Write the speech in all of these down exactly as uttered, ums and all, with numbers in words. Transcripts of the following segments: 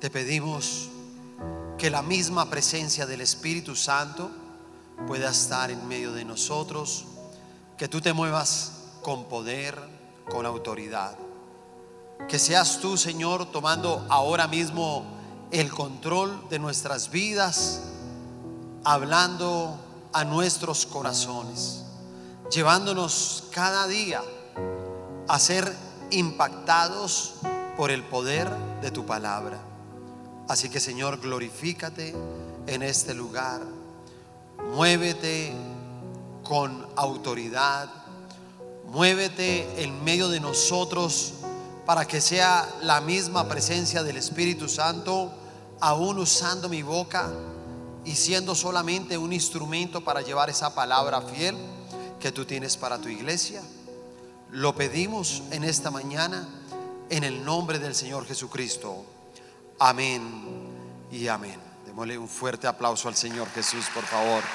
te pedimos que la misma presencia del Espíritu Santo pueda estar en medio de nosotros, que tú te muevas con poder, con autoridad, que seas tú, Señor, tomando ahora mismo el control de nuestras vidas, hablando a nuestros corazones, llevándonos cada día a ser impactados por el poder de tu palabra. Así que, Señor, glorifícate en este lugar, muévete con autoridad, muévete en medio de nosotros para que sea la misma presencia del Espíritu Santo, aún usando mi boca y siendo solamente un instrumento para llevar esa palabra fiel que tú tienes para tu iglesia. Lo pedimos en esta mañana en el nombre del Señor Jesucristo. Amén y amén. Démosle un fuerte aplauso al Señor Jesús, por favor.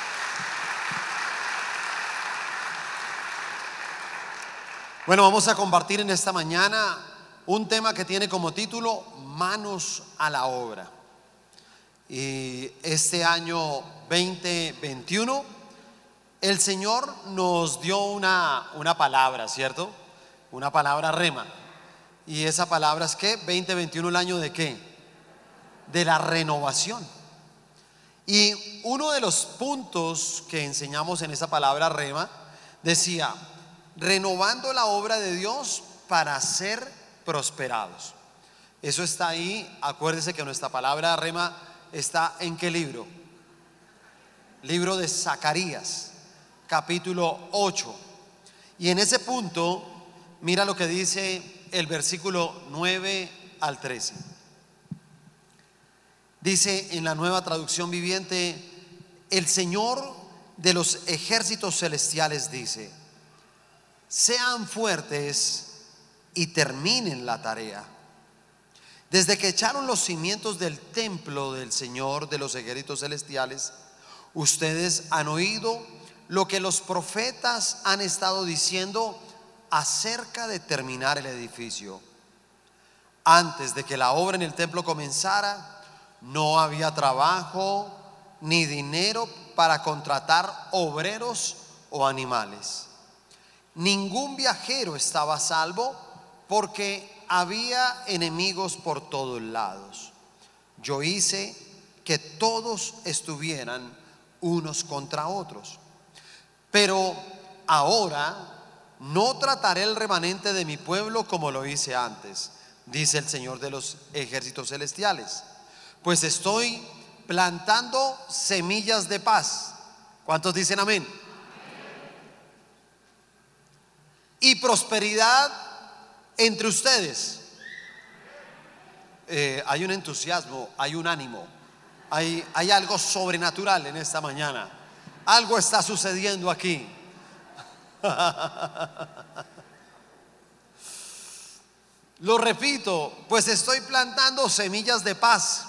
Bueno, vamos a compartir en esta mañana un tema que tiene como título Manos a la obra. Y este año veinte veintiuno el Señor nos dio una, una palabra, ¿cierto? Una palabra rema. Y esa palabra es que veinte veintiuno, el año de qué? De la renovación. Y uno de los puntos que enseñamos en esa palabra rema decía: renovando la obra de Dios para ser prosperados. Eso está ahí. Acuérdese que nuestra palabra rema está ¿en qué libro? Libro de Zacarías, capítulo ocho. Y en ese punto, mira lo que dice el versículo nueve al trece. Dice en la Nueva Traducción Viviente: el Señor de los ejércitos celestiales dice: sean fuertes y terminen la tarea. Desde que echaron los cimientos del templo del Señor de los ejércitos celestiales, ustedes han oído lo que los profetas han estado diciendo acerca de terminar el edificio. Antes de que la obra en el templo comenzara, no había trabajo ni dinero para contratar obreros o animales. Ningún viajero estaba a salvo porque había enemigos por todos lados. Yo hice que todos estuvieran unos contra otros. Pero ahora no trataré el remanente de mi pueblo como lo hice antes, dice el Señor de los ejércitos celestiales, pues estoy plantando semillas de paz. ¿Cuántos dicen amén? Y prosperidad entre ustedes. Eh, hay un entusiasmo, hay un ánimo, hay, hay algo sobrenatural en esta mañana. Algo está sucediendo aquí. Lo repito, pues estoy plantando semillas de paz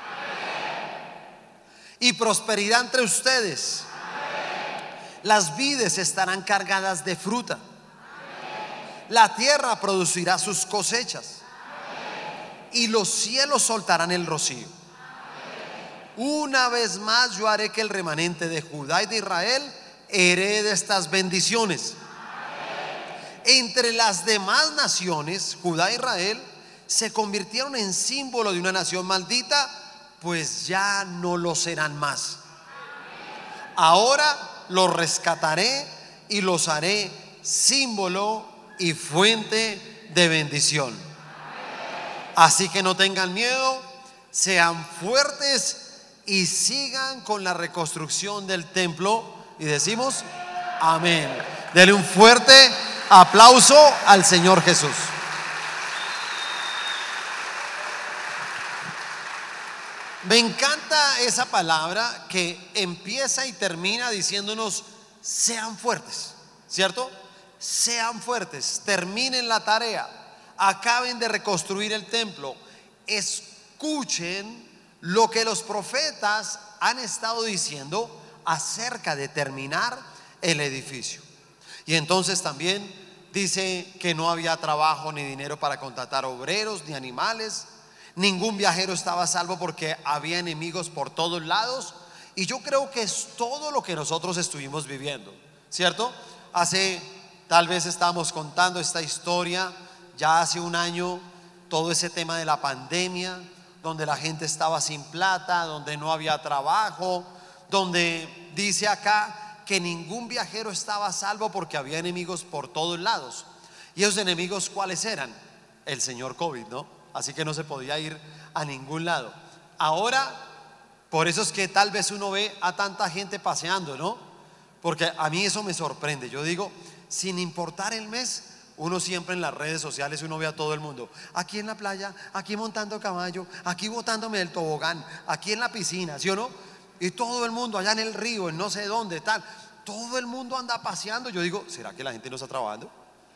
y prosperidad entre ustedes. Las vides estarán cargadas de fruta. La tierra producirá sus cosechas y los cielos soltarán el rocío. Una vez más yo haré que el remanente de Judá y de Israel herede estas bendiciones. Entre las demás naciones, Judá e Israel se convirtieron en símbolo de una nación maldita, pues ya no lo serán más. Ahora los rescataré y los haré símbolo y fuente de bendición. Así que no tengan miedo, sean fuertes y sigan con la reconstrucción del templo. Y decimos amén. Dele un fuerte aplauso al Señor Jesús. Me encanta esa palabra que empieza y termina diciéndonos sean fuertes, ¿cierto? Sean fuertes, terminen la tarea, acaben de reconstruir el templo, escuchen lo que los profetas han estado diciendo acerca de terminar el edificio. Y entonces también dice que no había trabajo ni dinero para contratar obreros ni animales. Ningún viajero estaba a salvo porque había enemigos por todos lados. Y yo creo que es todo lo que nosotros estuvimos viviendo, ¿cierto? Hace, tal vez estábamos contando esta historia, ya hace un año, todo ese tema de la pandemia, donde la gente estaba sin plata, donde no había trabajo, donde dice acá que ningún viajero estaba a salvo porque había enemigos por todos lados. ¿Y esos enemigos cuáles eran? El señor COVID, ¿no? Así que no se podía ir a ningún lado. Ahora, por eso es que tal vez uno ve a tanta gente paseando, ¿no? Porque a mí eso me sorprende. Yo digo, sin importar el mes, uno siempre en las redes sociales, uno ve a todo el mundo, aquí en la playa, aquí montando caballo, aquí botándome del tobogán, aquí en la piscina, ¿sí o no? Y todo el mundo allá en el río, en no sé dónde, tal. Todo el mundo anda paseando. Yo digo, ¿será que la gente no está trabajando?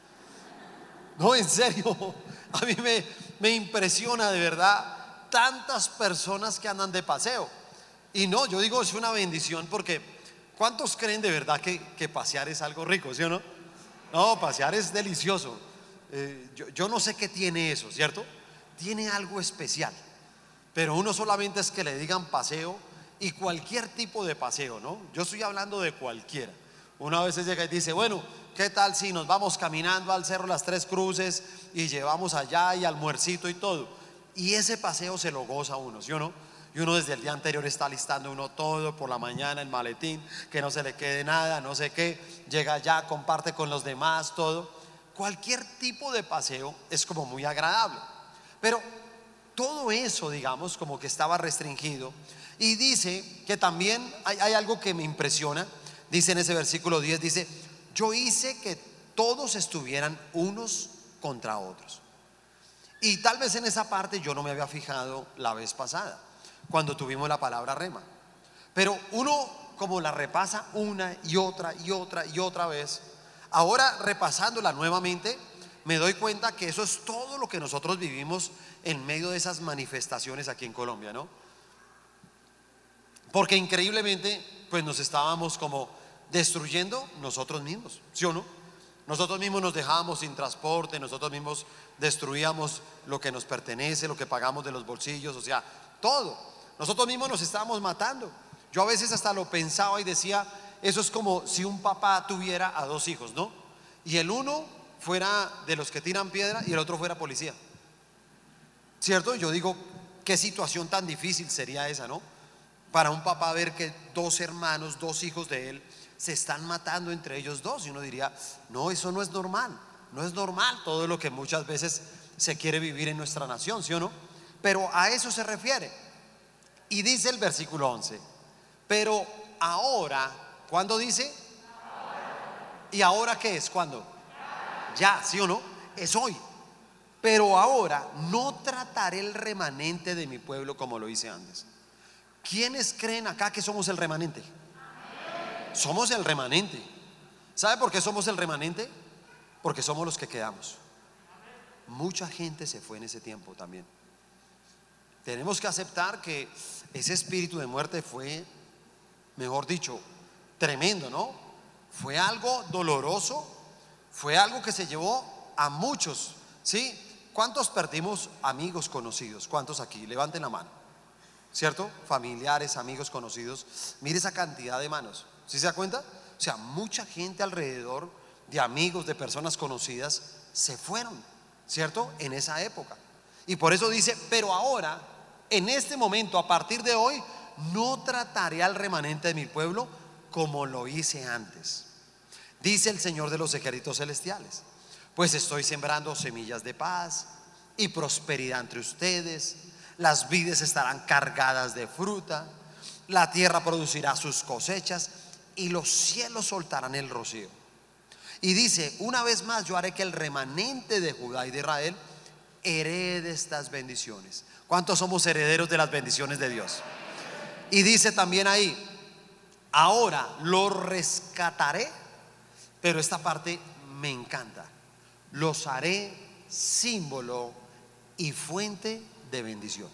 No, en serio, a mí me, me impresiona de verdad tantas personas que andan de paseo. Y no, yo digo, es una bendición porque ¿cuántos creen de verdad que, que pasear es algo rico, sí o no? No, pasear es delicioso. Eh, yo, yo no sé qué tiene eso, ¿cierto? Tiene algo especial. Pero uno solamente es que le digan paseo y cualquier tipo de paseo, ¿no? Yo estoy hablando de cualquiera. Uno a veces llega y dice, bueno, ¿qué tal si nos vamos caminando al Cerro Las Tres Cruces y llevamos allá y almuercito y todo? Y ese paseo se lo goza uno, ¿sí o no? Y uno desde el día anterior está listando uno todo, por la mañana el maletín, que no se le quede nada, no sé qué. Llega allá, comparte con los demás, todo. Cualquier tipo de paseo es como muy agradable. Pero todo eso, digamos, como que estaba restringido. Y dice que también hay, hay algo que me impresiona. Dice en ese versículo diez, dice, yo hice que todos estuvieran unos contra otros. Y tal vez en esa parte yo no me había fijado la vez pasada, cuando tuvimos la palabra rema. Pero uno como la repasa una y otra y otra y otra vez, ahora repasándola nuevamente, me doy cuenta que eso es todo lo que nosotros vivimos en medio de esas manifestaciones aquí en Colombia, ¿no? Porque increíblemente, pues nos estábamos como destruyendo nosotros mismos, ¿sí o no? Nosotros mismos nos dejábamos sin transporte, nosotros mismos destruíamos lo que nos pertenece, lo que pagamos de los bolsillos, o sea, todo. Nosotros mismos nos estábamos matando. Yo a veces hasta lo pensaba y decía, eso es como si un papá tuviera a dos hijos, ¿no? Y el uno fuera de los que tiran piedra y el otro fuera policía, ¿cierto? Yo digo, qué situación tan difícil sería esa, ¿no? Para un papá ver que dos hermanos, dos hijos de él se están matando entre ellos dos. Y uno diría, no, eso no es normal. No es normal todo lo que muchas veces se quiere vivir en nuestra nación, ¿sí o no? Pero a eso se refiere. Y dice el versículo once, pero ahora, ¿cuándo dice? ¿Y ahora qué es? ¿Cuándo? Ya, ¿sí o no? Es hoy. Pero ahora no trataré el remanente de mi pueblo como lo hice antes. ¿Quiénes creen acá que somos el remanente? Somos el remanente. ¿Sabe por qué somos el remanente? Porque somos los que quedamos. Mucha gente se fue en ese tiempo también. Tenemos que aceptar que ese espíritu de muerte fue, mejor dicho, tremendo, ¿no? Fue algo doloroso, fue algo que se llevó a muchos, ¿sí? ¿Cuántos perdimos amigos conocidos? ¿Cuántos aquí? Levanten la mano, ¿cierto? Familiares, amigos conocidos. Mire esa cantidad de manos, ¿sí se da cuenta? O sea, mucha gente alrededor de amigos, de personas conocidas se fueron, ¿cierto? En esa época. Y por eso dice, pero ahora, en este momento, a partir de hoy, no trataré al remanente de mi pueblo como lo hice antes, dice el Señor de los ejércitos celestiales. Pues estoy sembrando semillas de paz y prosperidad entre ustedes. Las vides estarán cargadas de fruta, la tierra producirá sus cosechas y los cielos soltarán el rocío. Y dice, una vez más yo haré que el remanente de Judá y de Israel herede estas bendiciones. ¿Cuántos somos herederos de las bendiciones de Dios? Y dice también ahí, ahora los rescataré, pero esta parte me encanta, los haré símbolo y fuente de bendición.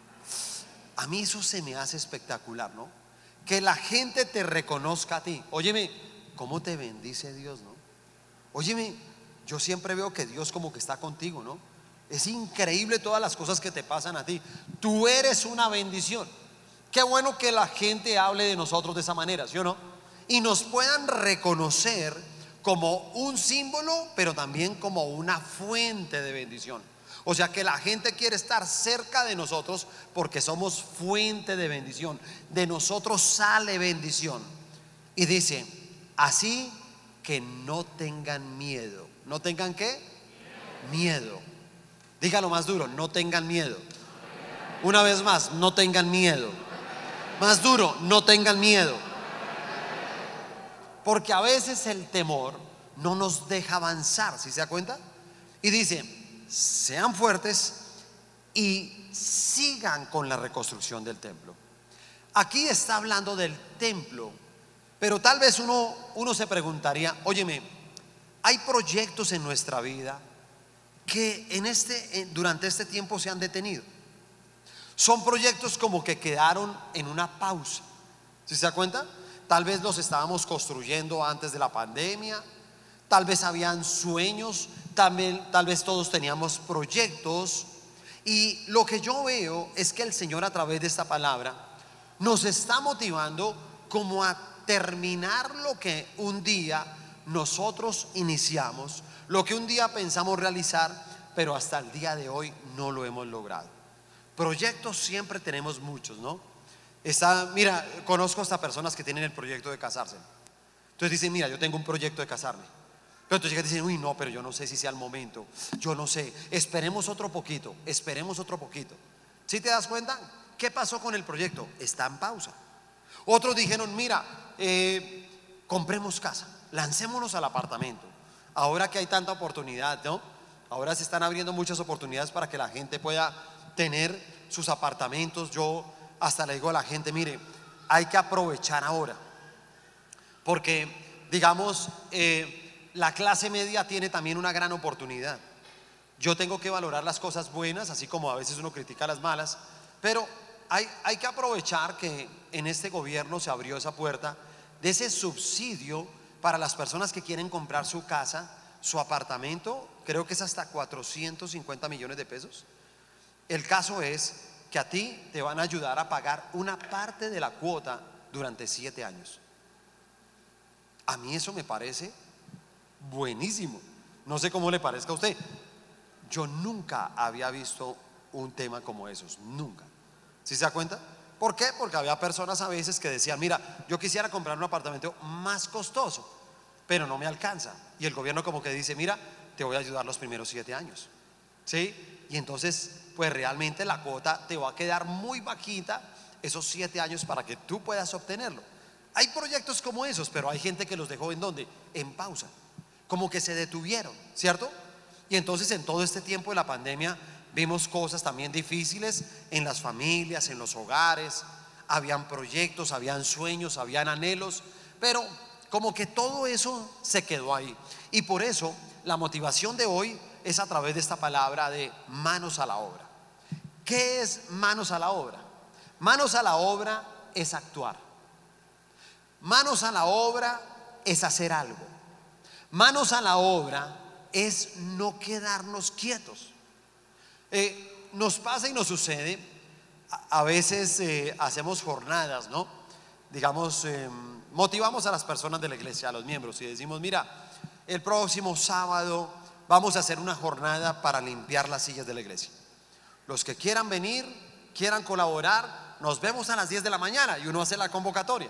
A mí eso se me hace espectacular, ¿no? Que la gente te reconozca a ti. Óyeme, ¿cómo te bendice Dios, no? Óyeme, yo siempre veo que Dios como que está contigo, ¿no? Es increíble todas las cosas que te pasan a ti. Tú eres una bendición. Qué bueno que la gente hable de nosotros de esa manera, ¿sí o no? Y nos puedan reconocer como un símbolo, pero también como una fuente de bendición. O sea que la gente quiere estar cerca de nosotros porque somos fuente de bendición. De nosotros sale bendición. Y dice, así que no tengan miedo. ¿No tengan qué? Miedo. Dígalo más duro, no tengan miedo. Una vez más, no tengan miedo. Más duro, no tengan miedo. Porque a veces el temor no nos deja avanzar, ¿sí se da cuenta? Y dice, sean fuertes y sigan con la reconstrucción del templo. Aquí está hablando del templo, pero tal vez uno, uno se preguntaría, óyeme, hay proyectos en nuestra vida que en este, durante este tiempo se han detenido. Son proyectos como que quedaron en una pausa, ¿sí se da cuenta? Tal vez los estábamos construyendo antes de la pandemia, tal vez habían sueños, también, tal vez todos teníamos proyectos. Y lo que yo veo es que el Señor a través de esta palabra nos está motivando como a terminar lo que un día nosotros iniciamos, lo que un día pensamos realizar, pero hasta el día de hoy no lo hemos logrado. Proyectos siempre tenemos muchos, ¿no? Está, mira, conozco hasta personas que tienen el proyecto de casarse. Entonces dicen, mira, yo tengo un proyecto de casarme. Pero entonces llegan y dicen, uy, no, pero yo no sé si sea el momento. Yo no sé, esperemos otro poquito, esperemos otro poquito. ¿Sí te das cuenta? ¿Qué pasó con el proyecto? Está en pausa. Otros dijeron, mira, eh, compremos casa, lancémonos al apartamento. Ahora que hay tanta oportunidad, ¿no? Ahora se están abriendo muchas oportunidades para que la gente pueda tener sus apartamentos. Yo hasta le digo a la gente, mire, hay que aprovechar ahora, porque digamos, eh, la clase media tiene también una gran oportunidad. Yo tengo que valorar las cosas buenas, así como a veces uno critica las malas, pero hay, hay que aprovechar que en este gobierno se abrió esa puerta de ese subsidio para las personas que quieren comprar su casa, su apartamento. Creo que es hasta cuatrocientos cincuenta millones de pesos. El caso es que a ti te van a ayudar a pagar una parte de la cuota durante siete años. A mí eso me parece buenísimo. No sé cómo le parezca a usted. Yo nunca había visto un tema como esos, nunca. ¿Sí se da cuenta? ¿Por qué? Porque había personas a veces que decían, mira, yo quisiera comprar un apartamento más costoso, pero no me alcanza. Y el gobierno como que dice, mira, te voy a ayudar los primeros siete años. ¿Sí? Y entonces, pues realmente la cuota te va a quedar muy bajita esos siete años para que tú puedas obtenerlo. Hay proyectos como esos, pero hay gente que los dejó ¿en dónde? En pausa, como que se detuvieron, ¿cierto? Y entonces en todo este tiempo de la pandemia vimos cosas también difíciles en las familias, en los hogares. Habían proyectos, habían sueños, habían anhelos, pero como que todo eso se quedó ahí. Y por eso la motivación de hoy es a través de esta palabra de manos a la obra. ¿Qué es manos a la obra? Manos a la obra es actuar. Manos a la obra es hacer algo. Manos a la obra es no quedarnos quietos. Eh, nos pasa y nos sucede, a, a veces eh, hacemos jornadas, ¿no? Digamos, eh, motivamos a las personas de la iglesia, a los miembros, y decimos, mira, el próximo sábado vamos a hacer una jornada para limpiar las sillas de la iglesia. Los que quieran venir, quieran colaborar, nos vemos a las diez de la mañana y uno hace la convocatoria.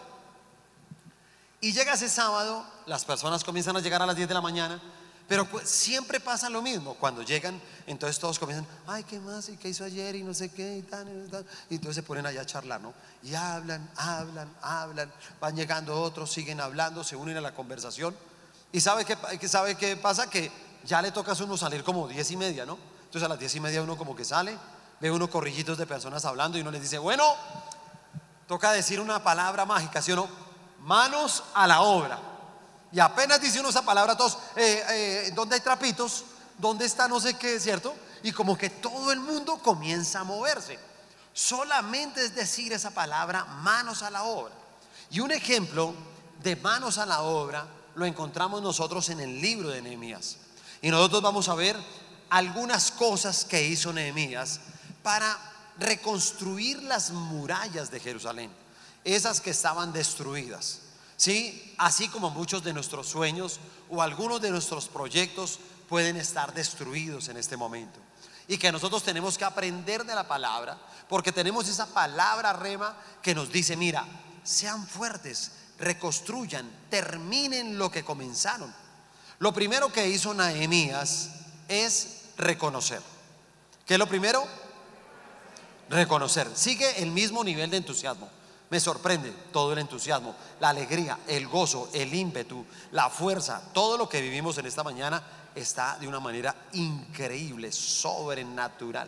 Y llega ese sábado, las personas comienzan a llegar a las diez de la mañana, pero siempre pasa lo mismo. Cuando llegan, entonces todos comienzan, ay, ¿qué más? ¿Y qué hizo ayer? Y no sé qué, y tal, y tal. Y entonces se ponen allá a charlar, ¿no? Y hablan, hablan, hablan, van llegando otros, siguen hablando, se unen a la conversación. Y ¿sabe qué, sabe qué pasa? Que ya le toca a uno salir como diez y media, ¿no? Entonces a las diez y media uno como que sale, ve unos corrillitos de personas hablando y uno les dice, bueno, toca decir una palabra mágica, ¿sí o no? Manos a la obra. Y apenas dice uno esa palabra, todos, eh, eh, ¿dónde hay trapitos? ¿Dónde está no sé qué, cierto? Y como que todo el mundo comienza a moverse. Solamente es decir esa palabra, manos a la obra. Y un ejemplo de manos a la obra lo encontramos nosotros en el libro de Nehemías. Y nosotros vamos a ver algunas cosas que hizo Nehemías para reconstruir las murallas de Jerusalén, esas que estaban destruidas, ¿sí? Así como muchos de nuestros sueños o algunos de nuestros proyectos pueden estar destruidos en este momento, y que nosotros tenemos que aprender de la palabra, porque tenemos esa palabra rema que nos dice: mira, sean fuertes, reconstruyan, terminen lo que comenzaron. Lo primero que hizo Nehemías es reconocer. ¿Qué es lo primero? Reconocer. Sigue el mismo nivel de entusiasmo. Me sorprende todo el entusiasmo, la alegría, el gozo, el ímpetu, la fuerza. Todo lo que vivimos en esta mañana está de una manera increíble, sobrenatural.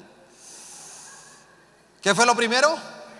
¿Qué fue lo primero?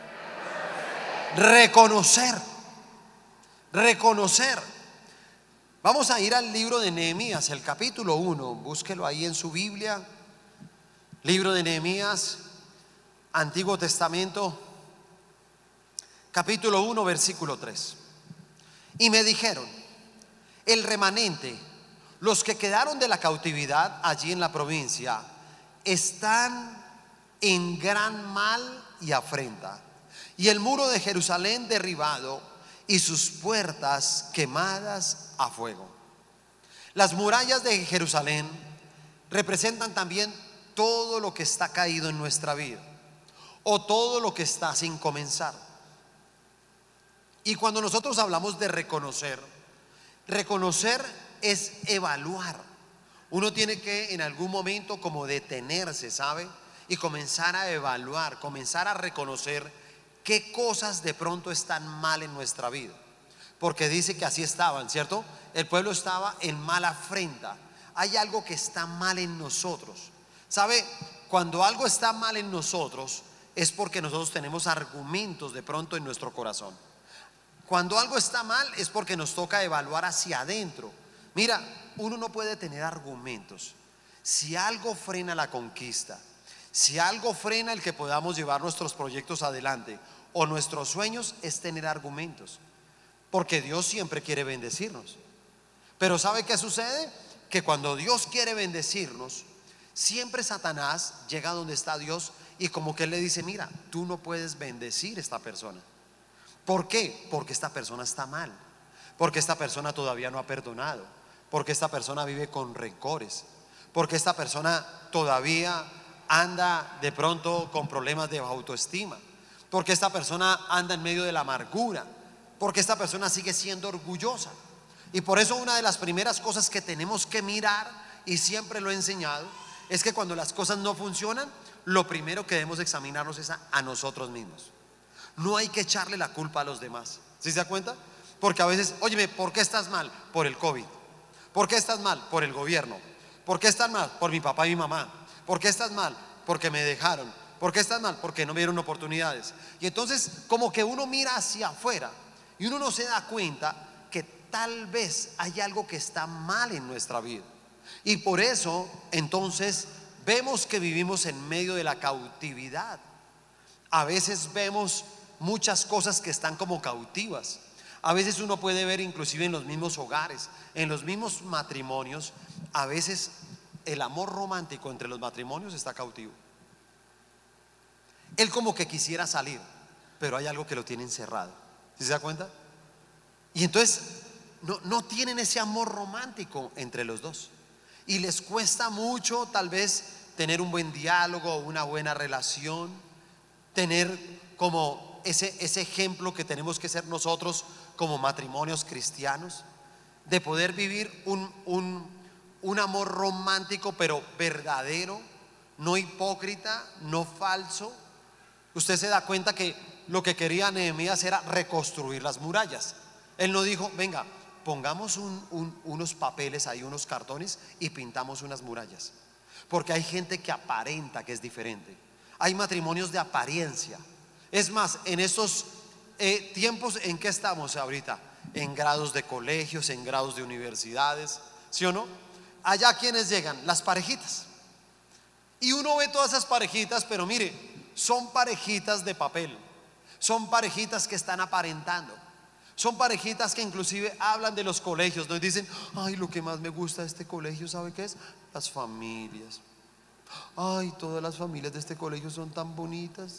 Reconocer. Reconocer. Vamos a ir al libro de Nehemías, el capítulo uno. Búsquelo ahí en su Biblia. Libro de Nehemías, Antiguo Testamento, capítulo uno, versículo tres. Y me dijeron: el remanente, los que quedaron de la cautividad allí en la provincia, están en gran mal y afrenta, y el muro de Jerusalén derribado y sus puertas quemadas a fuego. Las murallas de Jerusalén representan también todo lo que está caído en nuestra vida, o todo lo que está sin comenzar. Y cuando nosotros hablamos de reconocer, reconocer es evaluar. Uno tiene que en algún momento como detenerse, ¿sabe? Y comenzar a evaluar, comenzar a reconocer qué cosas de pronto están mal en nuestra vida. Porque dice que así estaban, ¿cierto? El pueblo estaba en mala afrenta. Hay algo que está mal en nosotros. ¿Sabe? Cuando algo está mal en nosotros es porque nosotros tenemos argumentos de pronto en nuestro corazón. Cuando algo está mal es porque nos toca evaluar hacia adentro. Mira, uno no puede tener argumentos. Si algo frena la conquista, si algo frena el que podamos llevar nuestros proyectos adelante o nuestros sueños, es tener argumentos. Porque Dios siempre quiere bendecirnos. Pero ¿sabe qué sucede? Que cuando Dios quiere bendecirnos, siempre Satanás llega donde está Dios y como que él le dice: mira, tú no puedes bendecir a esta persona. ¿Por qué? Porque esta persona está mal, porque esta persona todavía no ha perdonado, porque esta persona vive con rencores, porque esta persona todavía anda de pronto con problemas de autoestima, porque esta persona anda en medio de la amargura, porque esta persona sigue siendo orgullosa. Y por eso una de las primeras cosas que tenemos que mirar, y siempre lo he enseñado, es que cuando las cosas no funcionan, lo primero que debemos examinarnos es a, a nosotros mismos. No hay que echarle la culpa a los demás. ¿Sí se da cuenta? Porque a veces, óyeme, ¿por qué estás mal? Por el COVID. ¿Por qué estás mal? Por el gobierno. ¿Por qué estás mal? Por mi papá y mi mamá. ¿Por qué estás mal? Porque me dejaron. ¿Por qué estás mal? Porque no me dieron oportunidades. Y entonces como que uno mira hacia afuera y uno no se da cuenta que tal vez hay algo que está mal en nuestra vida. Y por eso entonces vemos que vivimos en medio de la cautividad. A veces vemos muchas cosas que están como cautivas. A veces uno puede ver inclusive en los mismos hogares, en los mismos matrimonios, a veces el amor romántico entre los matrimonios está cautivo. Él como que quisiera salir, pero hay algo que lo tiene encerrado. ¿Sí se da cuenta? Y entonces no, no tienen ese amor romántico entre los dos. Y les cuesta mucho tal vez tener un buen diálogo, una buena relación, tener como ese, ese ejemplo que tenemos que ser nosotros como matrimonios cristianos, de poder vivir un, un, un amor romántico pero verdadero, no hipócrita, no falso. Usted se da cuenta que lo que quería Nehemías era reconstruir las murallas. Él no dijo: venga, pongamos un, un, unos papeles ahí, unos cartones y pintamos unas murallas. Porque hay gente que aparenta que es diferente. Hay matrimonios de apariencia. Es más, en estos eh, tiempos en que estamos ahorita, en grados de colegios, en grados de universidades, ¿sí o no? Allá quienes llegan, las parejitas. Y uno ve todas esas parejitas, pero mire, son parejitas de papel. Son parejitas que están aparentando. Son parejitas que inclusive hablan de los colegios, nos dicen: ay, lo que más me gusta de este colegio, ¿sabe qué es? Las familias. Ay, todas las familias de este colegio son tan bonitas.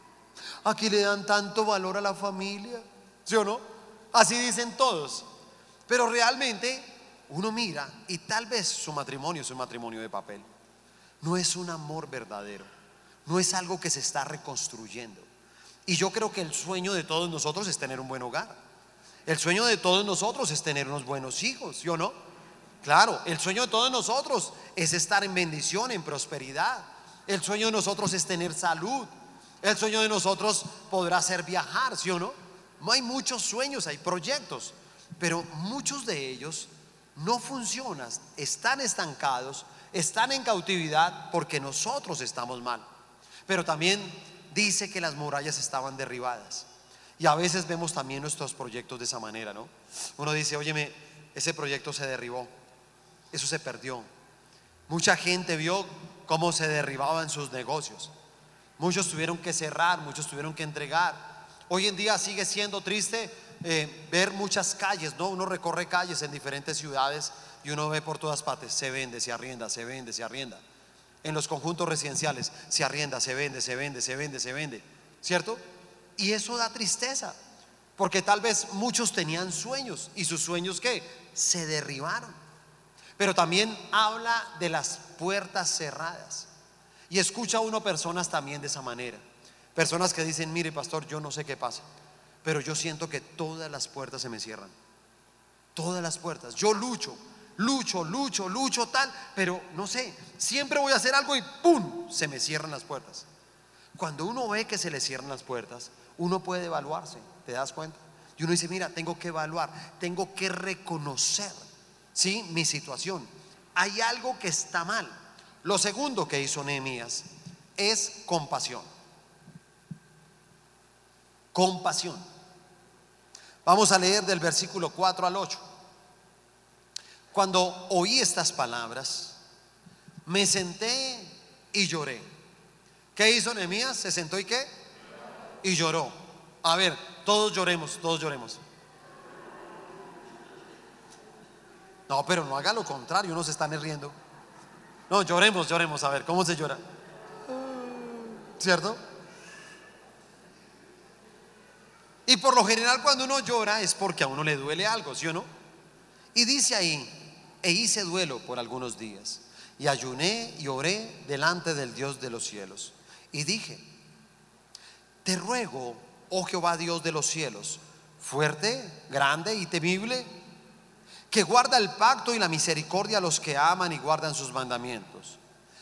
Aquí le dan tanto valor a la familia, ¿sí o no? Así dicen todos. Pero realmente uno mira y tal vez su matrimonio es un matrimonio de papel. No es un amor verdadero. No es algo que se está reconstruyendo. Y yo creo que el sueño de todos nosotros es tener un buen hogar. El sueño de todos nosotros es tener unos buenos hijos, ¿sí o no? Claro, el sueño de todos nosotros es estar en bendición, en prosperidad. El sueño de nosotros es tener salud. El sueño de nosotros podrá ser viajar, ¿sí o no? No, hay muchos sueños, hay proyectos, pero muchos de ellos no funcionan, están estancados, están en cautividad porque nosotros estamos mal. Pero también dice que las murallas estaban derribadas. Y a veces vemos también nuestros proyectos de esa manera, ¿no? Uno dice, óyeme, ese proyecto se derribó, eso se perdió. Mucha gente vio cómo se derribaban sus negocios. Muchos tuvieron que cerrar, muchos tuvieron que entregar. Hoy en día sigue siendo triste eh, ver muchas calles, ¿no? Uno recorre calles en diferentes ciudades y uno ve por todas partes, se vende, se arrienda, se vende, se arrienda. En los conjuntos residenciales se arrienda, se vende, se vende, se vende, se vende, ¿cierto? Y eso da tristeza, porque tal vez muchos tenían sueños y sus sueños ¿qué? Se derribaron. Pero también habla de las puertas cerradas. Y escucha uno personas también de esa manera. Personas que dicen, mire pastor, yo no sé qué pasa, pero yo siento que todas las puertas se me cierran. Todas las puertas. Yo lucho, lucho, lucho, lucho tal, pero no sé, siempre voy a hacer algo y ¡pum! Se me cierran las puertas. Cuando uno ve que se le cierran las puertas, uno puede evaluarse, ¿te das cuenta? Y uno dice, mira, tengo que evaluar, tengo que reconocer, ¿sí? Mi situación. Hay algo que está mal. Lo segundo que hizo Nehemías es compasión. Compasión. Vamos a leer del versículo cuatro al ocho. Cuando oí estas palabras, me senté y lloré. ¿Qué hizo Nehemías? ¿Se sentó y qué? Y lloró. A ver, todos lloremos, todos lloremos. No, pero no haga lo contrario, uno se está riendo. No, lloremos, lloremos. A ver, ¿cómo se llora? ¿Cierto? Y por lo general cuando uno llora es porque a uno le duele algo, ¿sí o no? Y dice ahí, e hice duelo por algunos días, y ayuné y oré delante del Dios de los cielos. Y dije, te ruego, oh Jehová Dios de los cielos, fuerte, grande y temible, que guarda el pacto y la misericordia a los que aman y guardan sus mandamientos.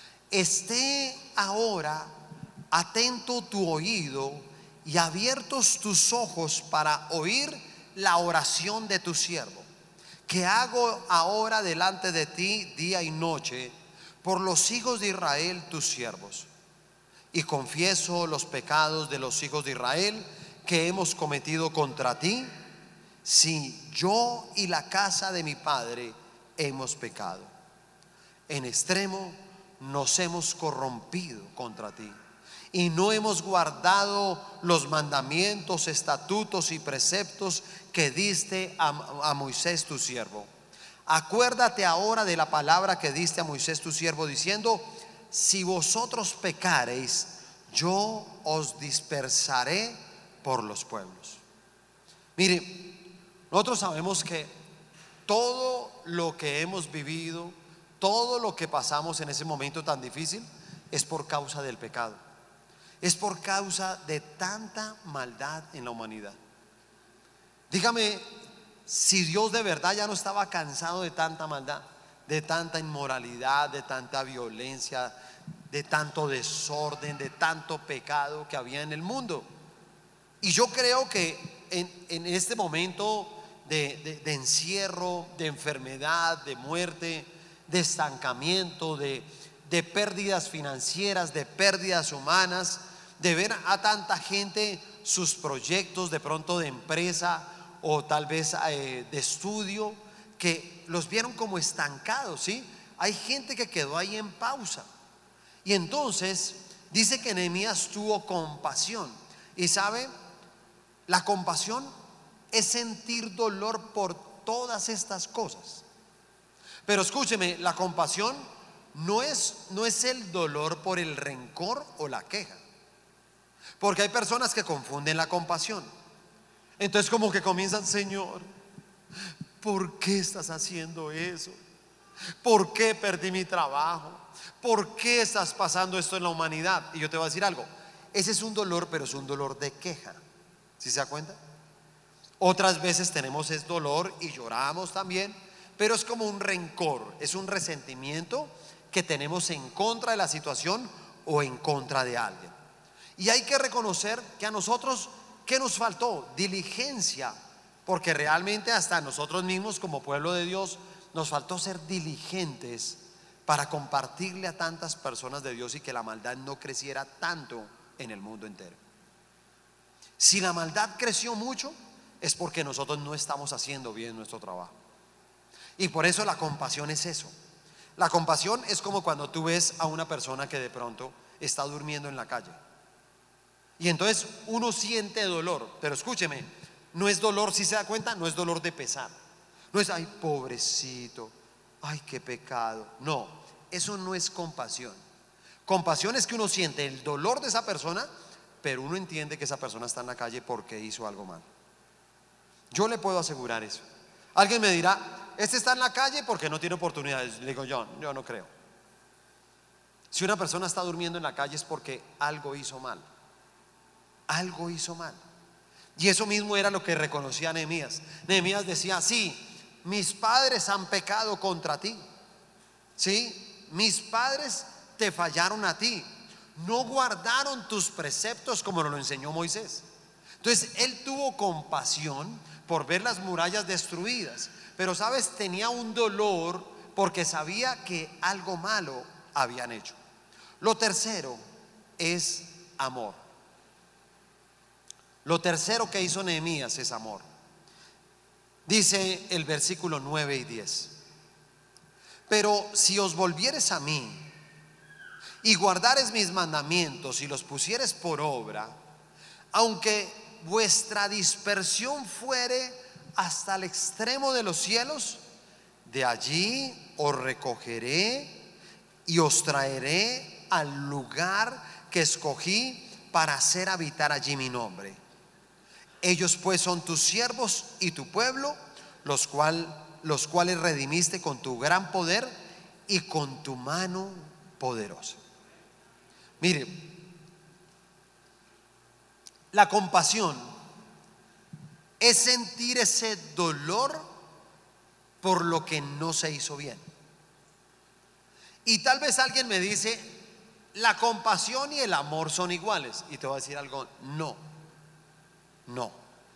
Esté ahora atento tu oído y abiertos tus ojos para oír la oración de tu siervo, que hago ahora delante de ti día y noche por los hijos de Israel tus siervos. Y confieso los pecados de los hijos de Israel que hemos cometido contra ti, si yo y la casa de mi padre hemos pecado. En extremo nos hemos corrompido contra ti y no hemos guardado los mandamientos, estatutos y preceptos que diste a, a Moisés tu siervo. Acuérdate ahora de la palabra que diste a Moisés tu siervo, diciendo, si vosotros pecareis, yo os dispersaré por los pueblos. Mire, nosotros sabemos que todo lo que hemos vivido, todo lo que pasamos en ese momento tan difícil, es por causa del pecado. Es por causa de tanta maldad en la humanidad. Dígame, si Dios de verdad ya no estaba cansado de tanta maldad, de tanta inmoralidad, de tanta violencia, de tanto desorden, de tanto pecado que había en el mundo. Y yo creo que en, en este momento de, de, de encierro, de enfermedad, de muerte, de estancamiento, de, de pérdidas financieras, de pérdidas humanas, de ver a tanta gente sus proyectos de pronto de empresa o tal vez eh, de estudio, que los vieron como estancados, ¿sí? Hay gente que quedó ahí en pausa. Y entonces dice que Nehemías tuvo compasión. Y sabe, la compasión es sentir dolor por todas estas cosas. Pero escúcheme, la compasión no es, no es el dolor por el rencor o la queja. Porque hay personas que confunden la compasión. Entonces como que comienzan: Señor, ¿por qué estás haciendo eso? ¿Por qué perdí mi trabajo? ¿Por qué estás pasando esto en la humanidad? Y yo te voy a decir algo: ese es un dolor, pero es un dolor de queja. ¿Sí se da cuenta? Otras veces tenemos ese dolor y lloramos también, pero es como un rencor, es un resentimiento que tenemos en contra de la situación o en contra de alguien. Y hay que reconocer que a nosotros, ¿qué nos faltó? Diligencia, porque realmente hasta nosotros mismos como pueblo de Dios nos faltó ser diligentes para compartirle a tantas personas de Dios y que la maldad no creciera tanto en el mundo entero. Si la maldad creció mucho, es porque nosotros no estamos haciendo bien nuestro trabajo. Y por eso la compasión es eso. La compasión es como cuando tú ves a una persona que de pronto está durmiendo en la calle. Y entonces uno siente dolor, pero escúcheme, no es dolor, si se da cuenta, no es dolor de pesar. No es: ay, pobrecito, ay, qué pecado. No, eso no es compasión. Compasión es que uno siente el dolor de esa persona, pero uno entiende que esa persona está en la calle porque hizo algo mal. Yo le puedo asegurar eso. Alguien me dirá: este está en la calle porque no tiene oportunidades. Le digo: yo, yo no creo. Si una persona está durmiendo en la calle es porque algo hizo mal. Algo hizo mal. Y eso mismo era lo que reconocía Nehemías. Nehemías decía: sí, mis padres han pecado contra ti. Sí, mis padres te fallaron a ti. No guardaron tus preceptos como nos lo enseñó Moisés. Entonces él tuvo compasión por ver las murallas destruidas, pero sabes, tenía un dolor porque sabía que algo malo habían hecho. Lo tercero es amor. Lo tercero que hizo Nehemías es amor. Dice el versículo nueve y diez: pero si os volvieres a mí y guardares mis mandamientos y los pusieres por obra, aunque vuestra dispersión fuere hasta el extremo de los cielos, de allí os recogeré y os traeré al lugar que escogí para hacer habitar allí mi nombre. Ellos pues son tus siervos y tu pueblo, los, cual, los cuales redimiste con tu gran poder y con tu mano poderosa. Mire, la compasión es sentir ese dolor por lo que no se hizo bien. Y tal vez alguien me dice: la compasión y el amor son iguales. Y te voy a decir algo: no, no.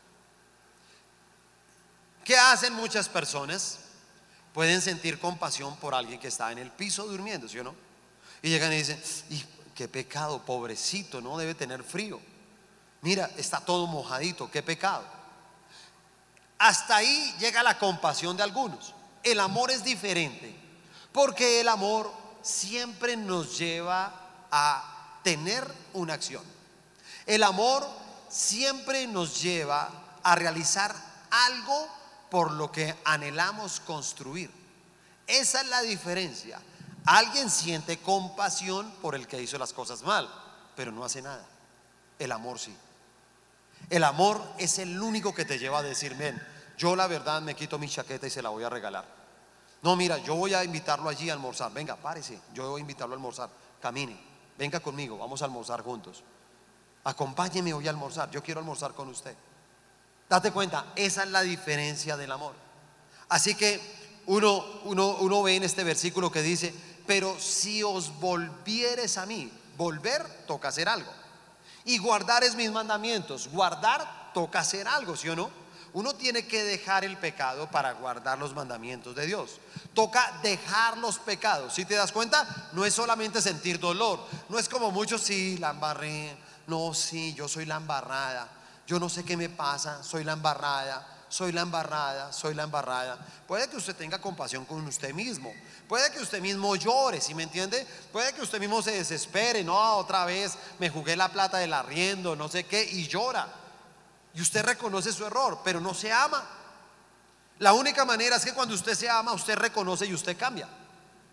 ¿Qué hacen muchas personas? Pueden sentir compasión por alguien que está en el piso durmiendo, ¿sí o no? Y llegan y dicen: y qué pecado, pobrecito, no debe tener frío. Mira, está todo mojadito, qué pecado. Hasta ahí llega la compasión de algunos. El amor es diferente, porque el amor siempre nos lleva a tener una acción. El amor siempre nos lleva a realizar algo por lo que anhelamos construir. Esa es la diferencia. Alguien siente compasión por el que hizo las cosas mal, pero no hace nada. El amor sí. El amor es el único que te lleva a decir: ven, yo la verdad me quito mi chaqueta y se la voy a regalar. No, mira, yo voy a invitarlo allí a almorzar. Venga, párese, yo voy a invitarlo a almorzar. Camine, venga conmigo, vamos a almorzar juntos. Acompáñeme hoy a almorzar, yo quiero almorzar con usted. Date cuenta, esa es la diferencia del amor. Así que uno, uno, uno ve en este versículo que dice: pero si os volvieres a mí. Volver toca hacer algo. Y guardares mis mandamientos. Guardar toca hacer algo, ¿sí o no? Uno tiene que dejar el pecado para guardar los mandamientos de Dios. Toca dejar los pecados. ¿Sí te das cuenta? No es solamente sentir dolor. No es como muchos: sí, la embarré. No, sí, yo soy la embarrada. Yo no sé qué me pasa, soy la embarrada. Soy la embarrada, soy la embarrada. Puede que usted tenga compasión con usted mismo. Puede que usted mismo llore, ¿sí me entiende? Puede que usted mismo se desespere. No, otra vez me jugué la plata del arriendo, no sé qué, y llora. Y usted reconoce su error, pero no se ama. La única manera es que cuando usted se ama, usted reconoce y usted cambia.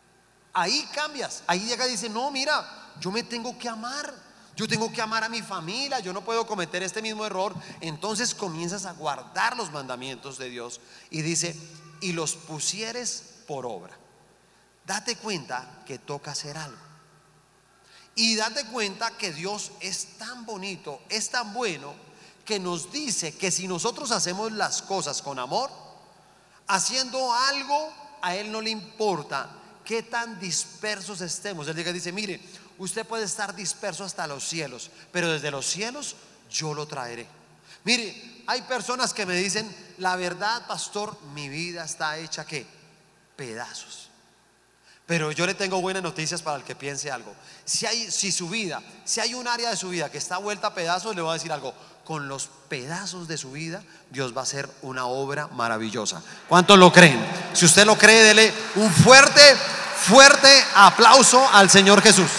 Ahí cambias, ahí llega y dice, no, mira, yo me tengo que amar, yo tengo que amar a mi familia, yo no puedo cometer este mismo error. Entonces comienzas a guardar los mandamientos de Dios y dice, y los pusieres por obra. Date cuenta que toca hacer algo. Y date cuenta que Dios es tan bonito, es tan bueno, que nos dice que si nosotros hacemos las cosas con amor, haciendo algo, a Él no le importa qué tan dispersos estemos. Él llega y dice, mire, usted puede estar disperso hasta los cielos, pero desde los cielos yo lo traeré. Mire, hay personas que me dicen, la verdad, pastor, mi vida está hecha ¿qué? Pedazos. Pero yo le tengo buenas noticias para el que piense algo. Si hay, si su vida, si hay un área de su vida que está vuelta a pedazos, le voy a decir algo. Con los pedazos de su vida, Dios va a hacer una obra maravillosa. ¿Cuántos lo creen? Si usted lo cree, dele un fuerte, fuerte aplauso al Señor Jesús.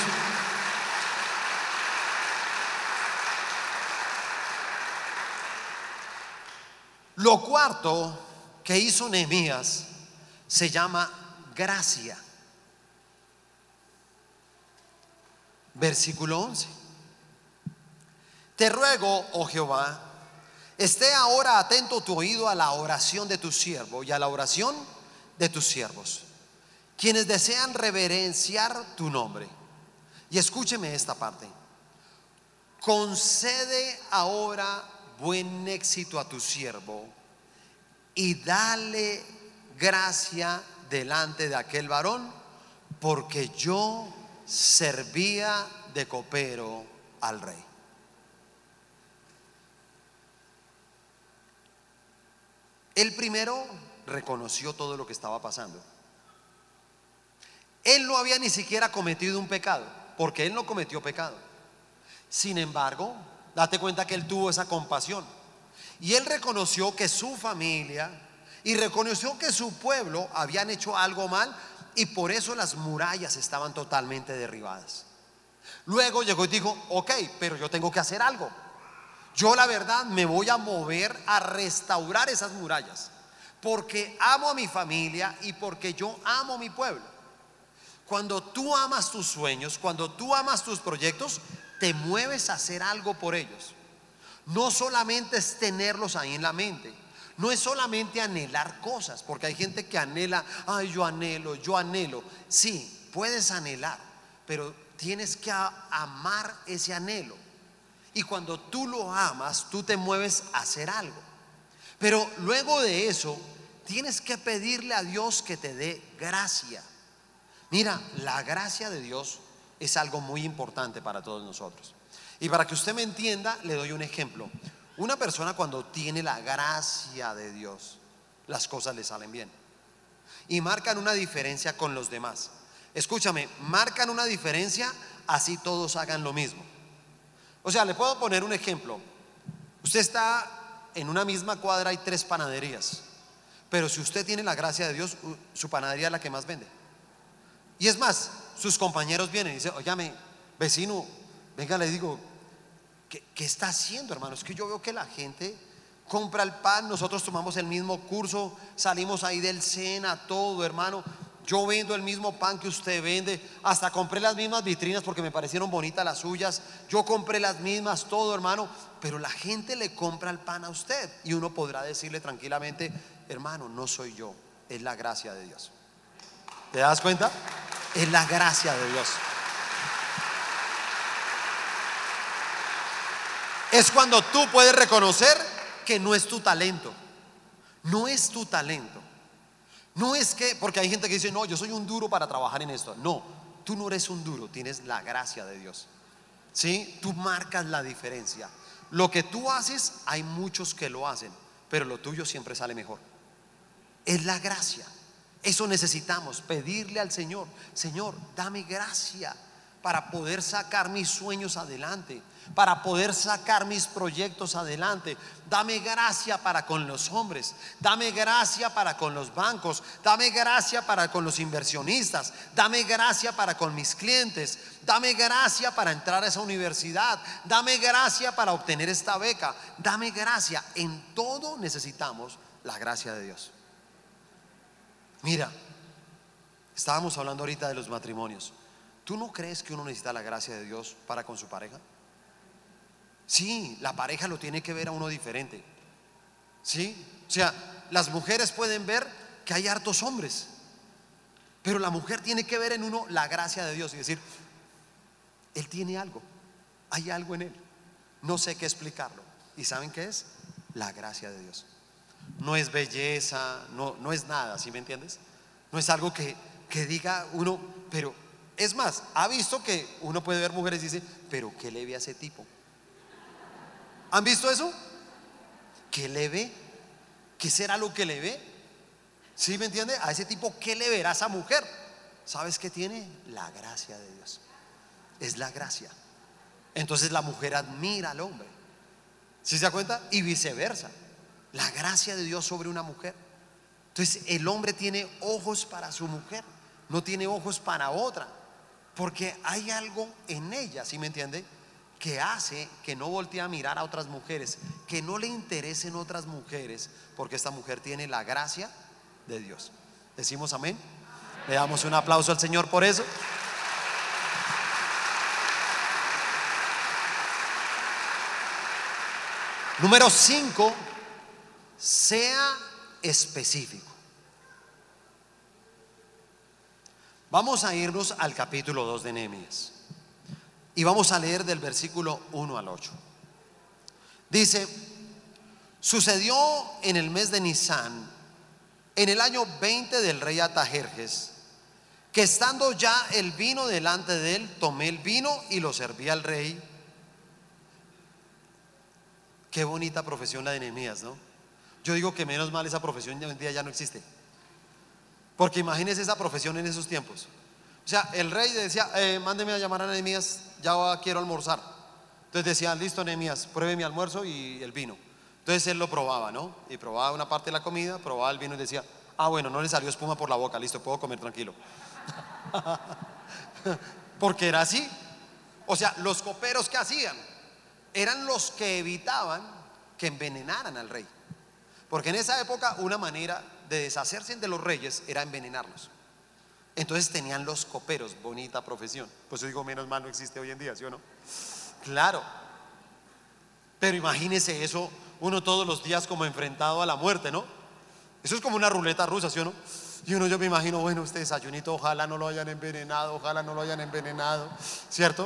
Lo cuarto que hizo Nehemías se llama gracia. Versículo once. Te ruego, oh Jehová, esté ahora atento tu oído a la oración de tu siervo y a la oración de tus siervos, quienes desean reverenciar tu nombre. Y escúcheme esta parte. Concede ahora buen éxito a tu siervo y dale gracia delante de aquel varón, porque yo servía de copero al rey. Él primero reconoció todo lo que estaba pasando. Él no había ni siquiera cometido un pecado, porque él no cometió pecado. Sin embargo, date cuenta que él tuvo esa compasión y él reconoció que su familia y reconoció que su pueblo habían hecho algo mal, y por eso las murallas estaban totalmente derribadas. Luego llegó y dijo, ok, pero yo tengo que hacer algo. Yo la verdad me voy a mover a restaurar esas murallas, porque amo a mi familia y porque yo amo a mi pueblo. Cuando tú amas tus sueños, cuando tú amas tus proyectos, te mueves a hacer algo por ellos. No solamente es tenerlos ahí en la mente, no es solamente anhelar cosas, porque hay gente que anhela, ay, yo anhelo, yo anhelo. Sí, puedes anhelar, pero tienes que amar ese anhelo. Y cuando tú lo amas, tú te mueves a hacer algo. Pero luego de eso, tienes que pedirle a Dios que te dé gracia. Mira, la gracia de Dios es algo muy importante para todos nosotros. Y para que usted me entienda, le doy un ejemplo. Una persona cuando tiene la gracia de Dios, las cosas le salen bien y marcan una diferencia con los demás. Escúchame, marcan una diferencia así todos hagan lo mismo. O sea, le puedo poner un ejemplo. Usted está en una misma cuadra, hay tres panaderías, pero si usted tiene la gracia de Dios, su panadería es la que más vende. Y es más, sus compañeros vienen y dicen, óyame, vecino, venga, le digo, ¿qué, qué está haciendo, hermano? Es que yo veo que la gente compra el pan, nosotros tomamos el mismo curso, salimos ahí del SENA, todo, hermano. Yo vendo el mismo pan que usted vende, hasta compré las mismas vitrinas porque me parecieron bonitas las suyas. Yo compré las mismas, todo, hermano. Pero la gente le compra el pan a usted y uno podrá decirle tranquilamente, hermano, no soy yo, es la gracia de Dios. ¿Te das cuenta? Es la gracia de Dios. Es cuando tú puedes reconocer que no es tu talento, no es tu talento. No es que, porque hay gente que dice, no, yo soy un duro para trabajar en esto. No, tú no eres un duro, tienes la gracia de Dios. ¿Sí? Tú marcas la diferencia. Lo que tú haces, hay muchos que lo hacen, pero lo tuyo siempre sale mejor. Es la gracia. Eso necesitamos, pedirle al Señor, Señor, dame gracia para poder sacar mis sueños adelante, para poder sacar mis proyectos adelante. Dame gracia para con los hombres, dame gracia para con los bancos, dame gracia para con los inversionistas, dame gracia para con mis clientes, dame gracia para entrar a esa universidad, dame gracia para obtener esta beca, dame gracia. En todo necesitamos la gracia de Dios. Mira, Estábamos hablando ahorita de los matrimonios. ¿Tú no crees que uno necesita la gracia de Dios para con su pareja? Sí, la pareja lo tiene que ver a uno diferente. Sí, o sea, las mujeres pueden ver que hay hartos hombres, pero la mujer tiene que ver en uno la gracia de Dios y decir, él tiene algo, hay algo en él, no sé qué explicarlo. ¿Y saben qué es? La gracia de Dios. No es belleza, no, no es nada, ¿sí me entiendes? No es algo que, que diga uno, pero es más, ha visto que uno puede ver mujeres y dice, pero ¿qué le ve a ese tipo? ¿Han visto eso? ¿Qué le ve? ¿Qué será lo que le ve? ¿Sí me entiende? A ese tipo, ¿qué le verá a esa mujer? ¿Sabes qué tiene? La gracia de Dios. Es la gracia. Entonces la mujer admira al hombre. ¿Sí se da cuenta? Y viceversa. La gracia de Dios sobre una mujer. Entonces el hombre tiene ojos para su mujer, no tiene ojos para otra, porque hay algo en ella, ¿sí me entiende? Que hace que no voltee a mirar a otras mujeres, que no le interesen otras mujeres, porque esta mujer tiene la gracia de Dios. ¿Decimos amén? Le damos un aplauso al Señor por eso. Número cinco, sea específico. Vamos a irnos al capítulo dos de Nehemías y vamos a leer del versículo uno al ocho. Dice: sucedió en el mes de Nisán, en el año veinte del rey Artajerjes, que estando ya el vino delante de él, tomé el vino y lo serví al rey. Qué bonita profesión la de Nehemías, ¿no? Yo digo que menos mal esa profesión hoy en día ya no existe, porque imagínense esa profesión en esos tiempos. O sea, el rey decía, eh, mándeme a llamar a Nehemías, ya quiero almorzar. Entonces decían, listo Nehemías, pruebe mi almuerzo y el vino. Entonces él lo probaba, ¿no? Y probaba una parte de la comida, probaba el vino y decía, ah, bueno, no le salió espuma por la boca, listo, puedo comer tranquilo. Porque era así. O sea, los coperos que hacían eran los que evitaban que envenenaran al rey, porque en esa época una manera de deshacerse de los reyes era envenenarlos. Entonces tenían los coperos, bonita profesión. Pues yo digo, menos mal no existe hoy en día, ¿sí o no? Claro. Pero imagínese eso, uno todos los días como enfrentado a la muerte, ¿no? Eso es como una ruleta rusa, ¿sí o no? Y uno, yo me imagino, bueno, este desayunito, ojalá no lo hayan envenenado, ojalá no lo hayan envenenado, ¿cierto?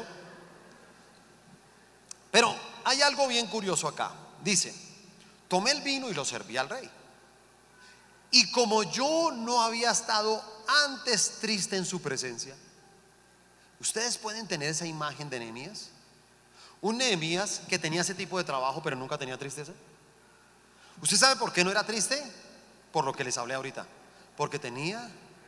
Pero hay algo bien curioso acá. Dice, tomé el vino y lo serví al rey. Y como yo no había estado antes triste en su presencia. Ustedes pueden tener esa imagen de Nehemías, un Nehemías que tenía ese tipo de trabajo pero nunca tenía tristeza. ¿Usted sabe por qué no era triste? Por lo que les hablé ahorita, porque tenía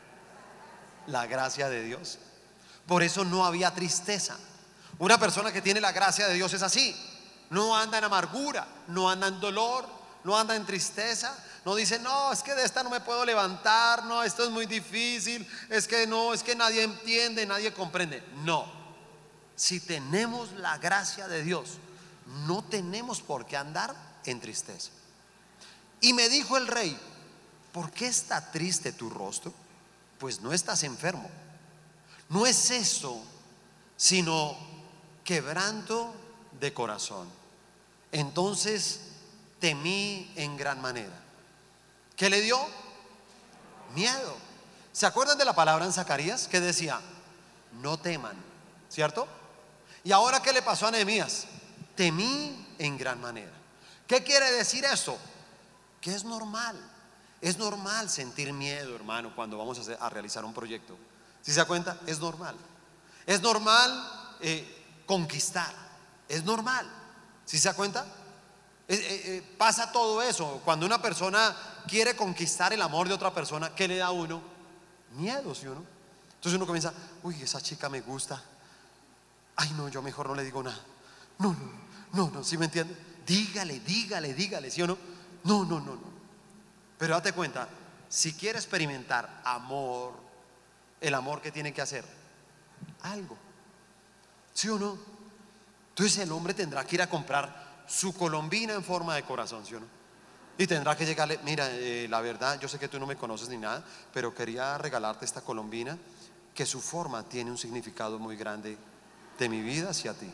la gracia de Dios. Por eso no había tristeza. Una persona que tiene la gracia de Dios es así. No anda en amargura, no anda en dolor, no anda en tristeza. No dice, no, es que de esta no me puedo levantar, no, esto es muy difícil, es que no, es que nadie entiende, nadie comprende. No, si tenemos la gracia de Dios, no tenemos por qué andar en tristeza. Y me dijo el rey, ¿por qué está triste tu rostro? Pues no estás enfermo. No es eso, sino quebranto de corazón. Entonces temí en gran manera. ¿Qué le dio? Miedo. ¿Se acuerdan de la palabra en Zacarías que decía, no teman, ¿cierto? Y ahora, ¿qué le pasó a Nehemías? Temí en gran manera. ¿Qué quiere decir esto? Que es normal. Es normal sentir miedo, hermano, cuando vamos a, hacer, a realizar un proyecto. ¿Sí se da cuenta? Es normal. Es normal eh, conquistar. Es normal. ¿Sí se da cuenta? Eh, eh, eh, pasa todo eso. Cuando una persona quiere conquistar el amor de otra persona, ¿qué le da a uno? Miedo, ¿sí o no? Entonces uno comienza, uy, esa chica me gusta. Ay, no, yo mejor no le digo nada. No, no, no, no, ¿sí me entiende? Dígale, dígale, dígale, ¿sí o no? No, no, no, no. Pero date cuenta, si quiere experimentar amor, el amor que tiene que hacer, algo, ¿sí o no? Entonces el hombre tendrá que ir a comprar su colombina en forma de corazón, ¿sí o no? Y tendrá que llegarle, mira, eh, la verdad, yo sé que tú no me conoces ni nada, pero quería regalarte esta colombina, que su forma tiene un significado muy grande de mi vida hacia ti.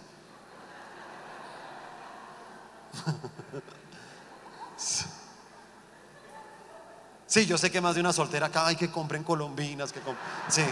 Sí, yo sé que más de una soltera acá hay que compren colombinas, que comp- sí.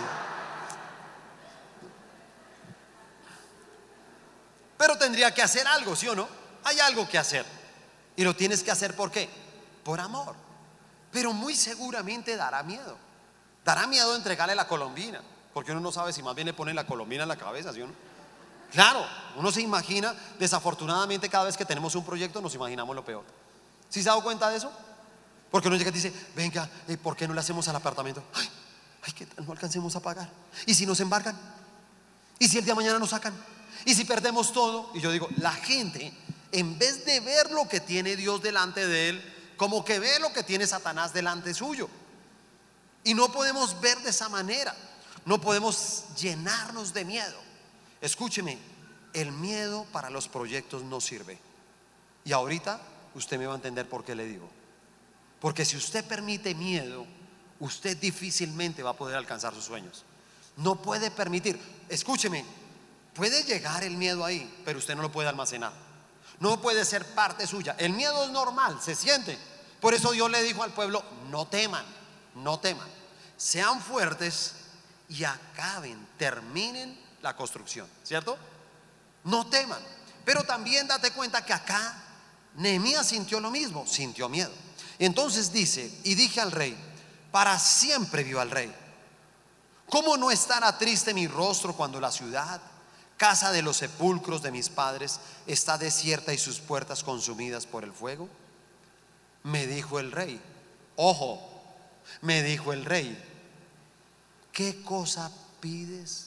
Pero tendría que hacer algo, ¿sí o no? Hay algo que hacer. Y lo tienes que hacer ¿por qué? Por amor. Pero muy seguramente dará miedo. Dará miedo entregarle la colombina, porque uno no sabe si más bien le ponen la colombina en la cabeza, ¿sí o no? Claro, uno se imagina, desafortunadamente cada vez que tenemos un proyecto nos imaginamos lo peor. ¿Sí se ha dado cuenta de eso? Porque uno llega y dice, venga, eh, ¿por qué no le hacemos al apartamento? Ay, ay, ¿qué tal no alcancemos a pagar? ¿Y si nos embargan? ¿Y si el día de mañana nos sacan? ¿Y si perdemos todo? Y yo digo, la gente, en vez de ver lo que tiene Dios delante de él, como que ve lo que tiene Satanás delante suyo. Y no podemos ver de esa manera. No podemos llenarnos de miedo. Escúcheme, el miedo para los proyectos no sirve. Y ahorita usted me va a entender por qué le digo. Porque si usted permite miedo, usted difícilmente va a poder alcanzar sus sueños. No puede permitir, escúcheme, puede llegar el miedo ahí, pero usted no lo puede almacenar. No puede ser parte suya. El miedo es normal, se siente. Por eso Dios le dijo al pueblo, no teman, no teman. Sean fuertes y acaben, terminen la construcción, ¿cierto? No teman. Pero también date cuenta que acá Nehemías sintió lo mismo, sintió miedo. Entonces dice, y dije al rey, para siempre viva el rey. ¿Cómo no estará triste mi rostro cuando la ciudad, casa de los sepulcros de mis padres, está desierta y sus puertas consumidas por el fuego? Me dijo el rey, ojo, me dijo el rey, ¿qué cosa pides?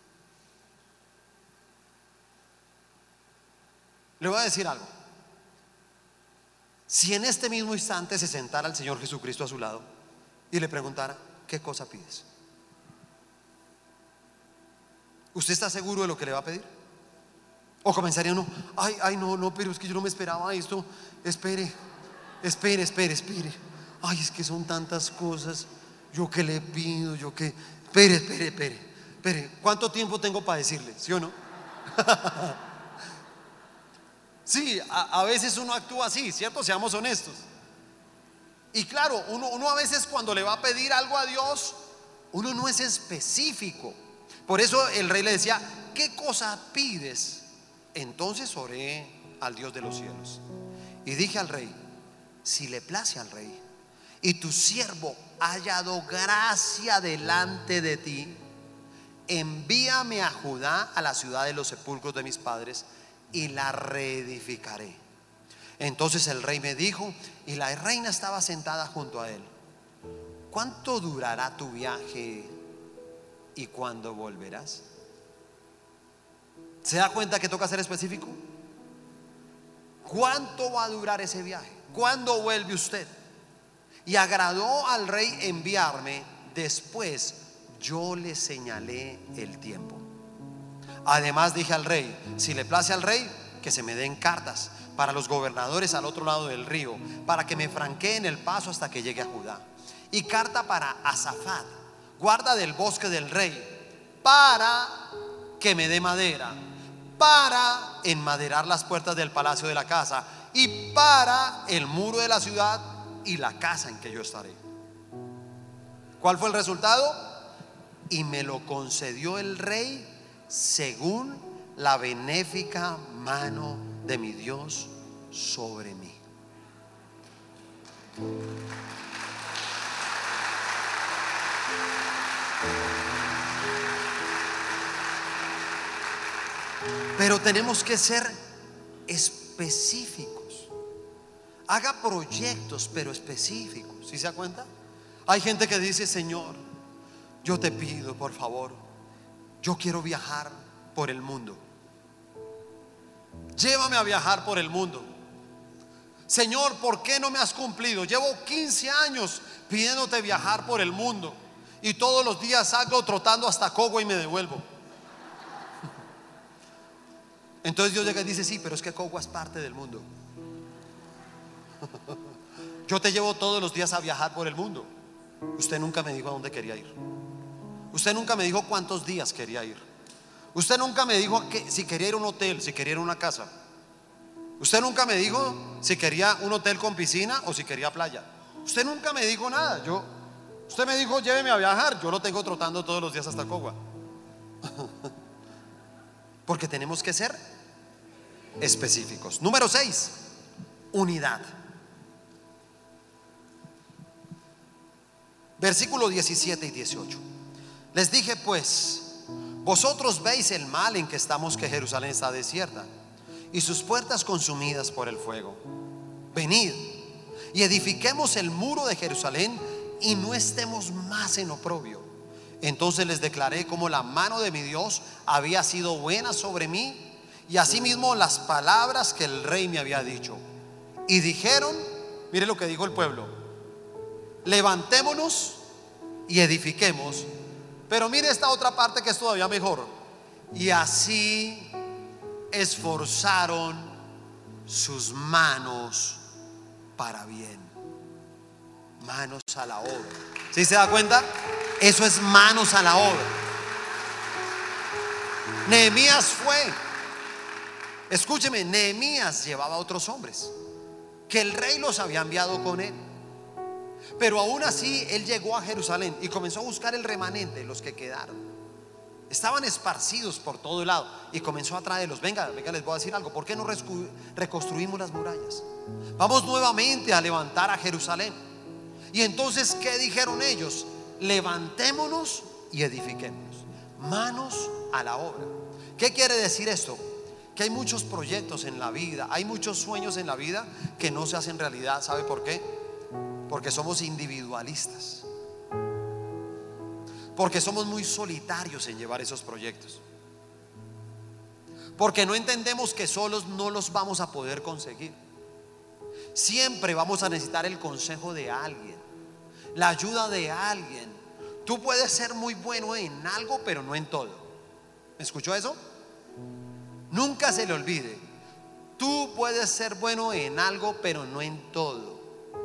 Le voy a decir algo. Si en este mismo instante se sentara el Señor Jesucristo a su lado y le preguntara, ¿qué cosa pides? ¿Usted está seguro de lo que le va a pedir? ¿O comenzaría uno, ay, ay, no, no, pero es que yo no me esperaba esto? Espere, espere, espere, espere. Ay, es que son tantas cosas. Yo que le pido, yo que, espere, espere, espere, espere. ¿Cuánto tiempo tengo para decirle? ¿Sí o no? Sí, a, a veces uno actúa así, ¿cierto? Seamos honestos. Y claro, uno, uno a veces cuando le va a pedir algo a Dios, uno no es específico. Por eso el rey le decía, ¿qué cosa pides? Entonces oré al Dios de los cielos y dije al rey, si le place al rey y tu siervo ha hallado gracia delante de ti, envíame a Judá, a la ciudad de los sepulcros de mis padres, y la reedificaré. Entonces el rey me dijo, y la reina estaba sentada junto a él, ¿cuánto durará tu viaje y cuándo volverás? ¿Se da cuenta que toca ser específico? ¿Cuánto va a durar ese viaje? ¿Cuándo vuelve usted? Y agradó al rey enviarme. Después yo le señalé el tiempo. Además dije al rey, si le place al rey, que se me den cartas para los gobernadores al otro lado del río, para que me franqueen el paso hasta que llegue a Judá. Y carta para Asafat, guarda del bosque del rey, para que me dé madera, para enmaderar las puertas del palacio de la casa, y para el muro de la ciudad y la casa en que yo estaré. ¿Cuál fue el resultado? Y me lo concedió el rey según la benéfica mano de mi Dios sobre mí. Pero tenemos que ser específicos. Haga proyectos, pero específicos. ¿Sí se da cuenta? Hay gente que dice, Señor, yo te pido, por favor, yo quiero viajar por el mundo. Llévame a viajar por el mundo. Señor, ¿por qué no me has cumplido? Llevo quince años pidiéndote viajar por el mundo y todos los días salgo trotando hasta Cogua y me devuelvo. Entonces Dios llega y dice, sí, pero es que Cogua es parte del mundo. Yo te llevo todos los días a viajar por el mundo. Usted nunca me dijo a dónde quería ir. Usted nunca me dijo cuántos días quería ir. Usted nunca me dijo que, si quería ir a un hotel, si quería ir a una casa. Usted nunca me dijo si quería un hotel con piscina o si quería playa. Usted nunca me dijo nada. Yo, usted me dijo lléveme a viajar. Yo lo tengo trotando todos los días hasta Cogua. Porque tenemos que ser específicos. Número seis, unidad. Versículo diecisiete y dieciocho. Les dije pues, vosotros veis el mal en que estamos, que Jerusalén está desierta y sus puertas consumidas por el fuego. Venid y edifiquemos el muro de Jerusalén y no estemos más en oprobio. Entonces les declaré cómo la mano de mi Dios había sido buena sobre mí, y asimismo las palabras que el rey me había dicho. Y dijeron, mire lo que dijo el pueblo: levantémonos y edifiquemos. Pero mire esta otra parte que es todavía mejor. Y así esforzaron sus manos para bien. Manos a la obra. ¿Sí se da cuenta? Eso es manos a la obra. Nehemías fue, escúcheme, Nehemías llevaba a otros hombres que el rey los había enviado con él. Pero aún así él llegó a Jerusalén y comenzó a buscar el remanente, los que quedaron. Estaban esparcidos por todo el lado y comenzó a traerlos. Venga, venga, les voy a decir algo. ¿Por qué no reconstruimos las murallas? Vamos nuevamente a levantar a Jerusalén. Y entonces, ¿qué dijeron ellos? Levantémonos y edifiquémonos. Manos a la obra. ¿Qué quiere decir esto? Que hay muchos proyectos en la vida, hay muchos sueños en la vida que no se hacen realidad. ¿Sabe por qué? Porque somos individualistas, porque somos muy solitarios en llevar esos proyectos, porque no entendemos que solos no los vamos a poder conseguir. Siempre vamos a necesitar el consejo de alguien, la ayuda de alguien. Tú puedes ser muy bueno en algo, pero no en todo. ¿Me escuchó eso? Nunca se le olvide. Tú puedes ser bueno en algo, pero no en todo.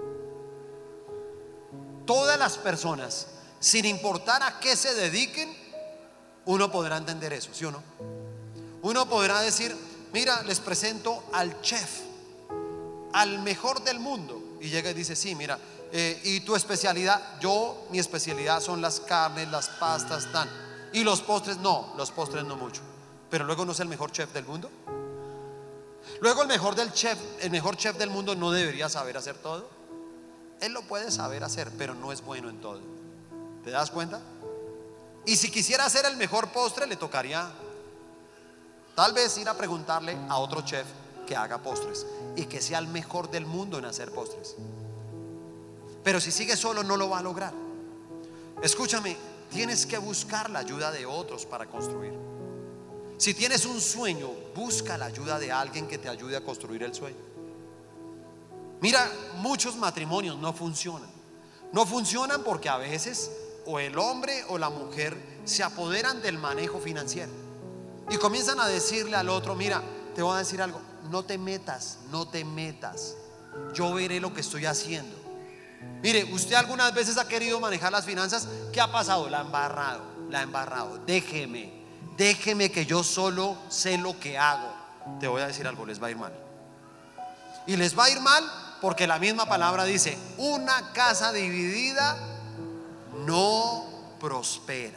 Todas las personas, sin importar a qué se dediquen, uno podrá entender eso, ¿sí o no? Uno podrá decir, mira, les presento al chef, al mejor del mundo, y llega y dice, sí, mira, eh, y tu especialidad. Yo, mi especialidad son las carnes, las pastas, tan. Y los postres, no, los postres no mucho. Pero luego no es el mejor chef del mundo. Luego el mejor del chef, el mejor chef del mundo no debería saber hacer todo. Él lo puede saber hacer, pero no es bueno en todo. ¿Te das cuenta? Y si quisiera hacer el mejor postre, le tocaría tal vez ir a preguntarle a otro chef que haga postres y que sea el mejor del mundo en hacer postres. Pero si sigue solo, no lo va a lograr. Escúchame, tienes que buscar la ayuda de otros para construir. Si tienes un sueño, busca la ayuda de alguien que te ayude a construir el sueño. Mira, muchos matrimonios no funcionan. No funcionan porque a veces o el hombre o la mujer se apoderan del manejo financiero y comienzan a decirle al otro, mira, te voy a decir algo, no te metas, no te metas, yo veré lo que estoy haciendo. Mire, usted algunas veces ha querido manejar las finanzas. ¿Qué ha pasado? La ha embarrado, la ha embarrado. Déjeme, déjeme que yo solo sé lo que hago. Te voy a decir algo, les va a ir mal. Y les va a ir mal porque la misma palabra dice, una casa dividida no prospera.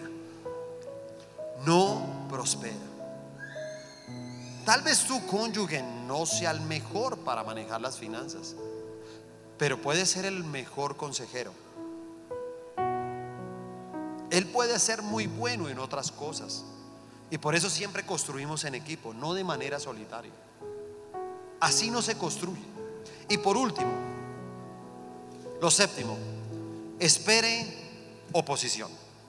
No prospera. Tal vez tu cónyuge no sea el mejor para manejar las finanzas, pero puede ser el mejor consejero. Él puede ser muy bueno en otras cosas. Y por eso siempre construimos en equipo, no de manera solitaria. Así no se construye. Y por último, lo séptimo, espere oposición.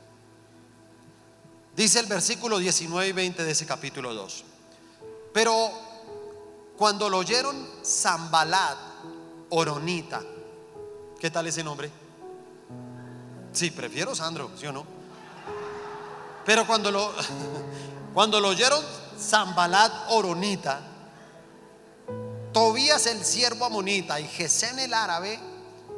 Dice el versículo diecinueve y veinte de ese capítulo dos. Pero cuando lo oyeron Sanbalat, Horonita, ¿qué tal ese nombre? Sí, prefiero Sandro, ¿sí o no? Pero cuando lo Cuando lo oyeron Sanbalat, Horonita, Tobías el siervo amonita y Gesem el árabe,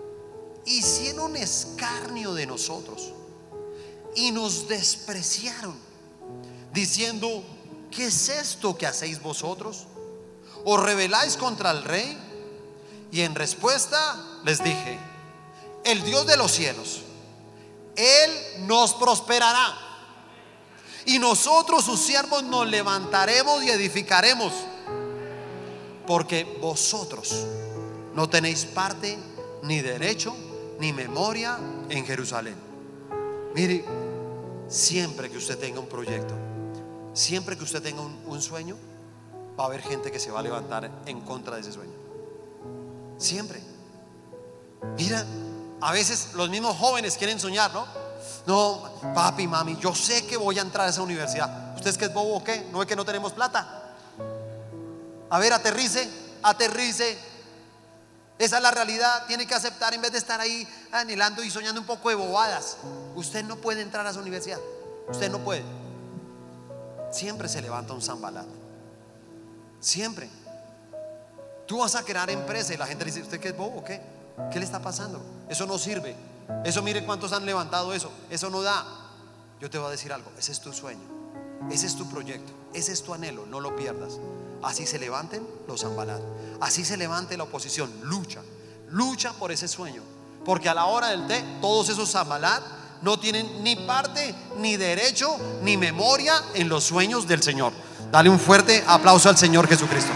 hicieron escarnio de nosotros y nos despreciaron, diciendo: ¿qué es esto que hacéis vosotros? ¿Os rebeláis contra el rey? Y en respuesta les dije: el Dios de los cielos, Él nos prosperará, y nosotros sus siervos nos levantaremos y edificaremos, porque vosotros no tenéis parte, ni derecho, ni memoria en Jerusalén. Mire, siempre que usted tenga un proyecto, siempre que usted tenga un, un sueño, va a haber gente que se va a levantar en contra de ese sueño. Siempre. Mira, a veces los mismos jóvenes quieren soñar, ¿no? No, papi, mami, yo sé que voy a entrar a esa universidad. ¿Usted es que es bobo o qué? ¿No es que no tenemos plata? A ver, aterrice, aterrice. Esa es la realidad. Tiene que aceptar, en vez de estar ahí anhelando y soñando un poco de bobadas. Usted no puede entrar a esa universidad. Usted no puede. Siempre se levanta un Sanbalat. Siempre. Tú vas a crear empresa y la gente dice: ¿usted qué es bobo o qué? ¿Qué le está pasando? Eso no sirve. Eso, mire cuántos han levantado eso. Eso no da. Yo te voy a decir algo. Ese es tu sueño, ese es tu proyecto, ese es tu anhelo. No lo pierdas. Así se levanten los Sanbalat, así se levante la oposición. Lucha, lucha por ese sueño, porque a la hora del té, todos esos Sanbalat no tienen ni parte, ni derecho, ni memoria en los sueños del Señor. Dale un fuerte aplauso al Señor Jesucristo.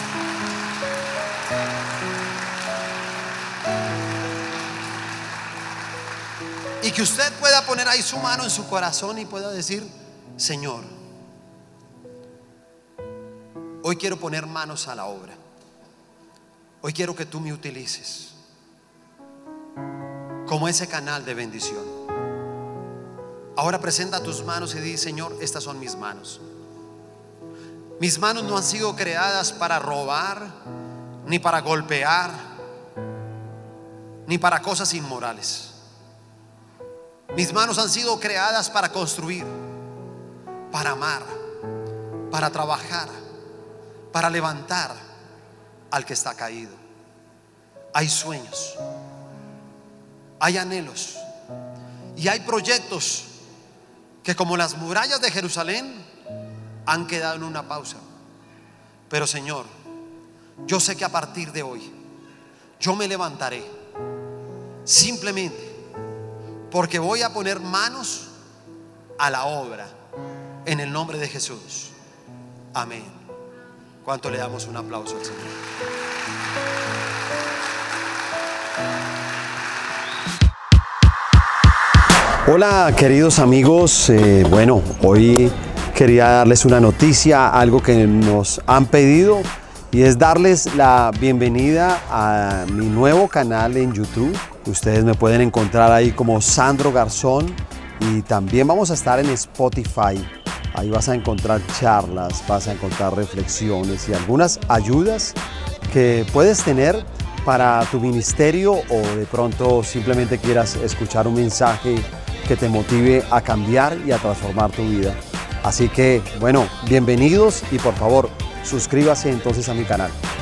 Y que usted pueda poner ahí su mano en su corazón y pueda decir: Señor, hoy quiero poner manos a la obra. Hoy quiero que tú me utilices como ese canal de bendición. Ahora presenta tus manos y di: Señor, estas son mis manos. Mis manos no han sido creadas para robar, ni para golpear, ni para cosas inmorales. Mis manos han sido creadas para construir, para amar, para trabajar, para levantar al que está caído. Hay sueños, hay anhelos y hay proyectos que, como las murallas de Jerusalén, han quedado en una pausa. Pero Señor, yo sé que a partir de hoy yo me levantaré simplemente porque voy a poner manos a la obra en el nombre de Jesús. Amén. ¿Cuánto le damos un aplauso al Señor? Hola queridos amigos, eh, bueno, hoy quería darles una noticia, algo que nos han pedido, y es darles la bienvenida a mi nuevo canal en YouTube. Ustedes me pueden encontrar ahí como Sandro Garzón, y también vamos a estar en Spotify. Ahí vas a encontrar charlas, vas a encontrar reflexiones y algunas ayudas que puedes tener para tu ministerio, o de pronto simplemente quieras escuchar un mensaje que te motive a cambiar y a transformar tu vida. Así que, bueno, bienvenidos, y por favor, suscríbase entonces a mi canal.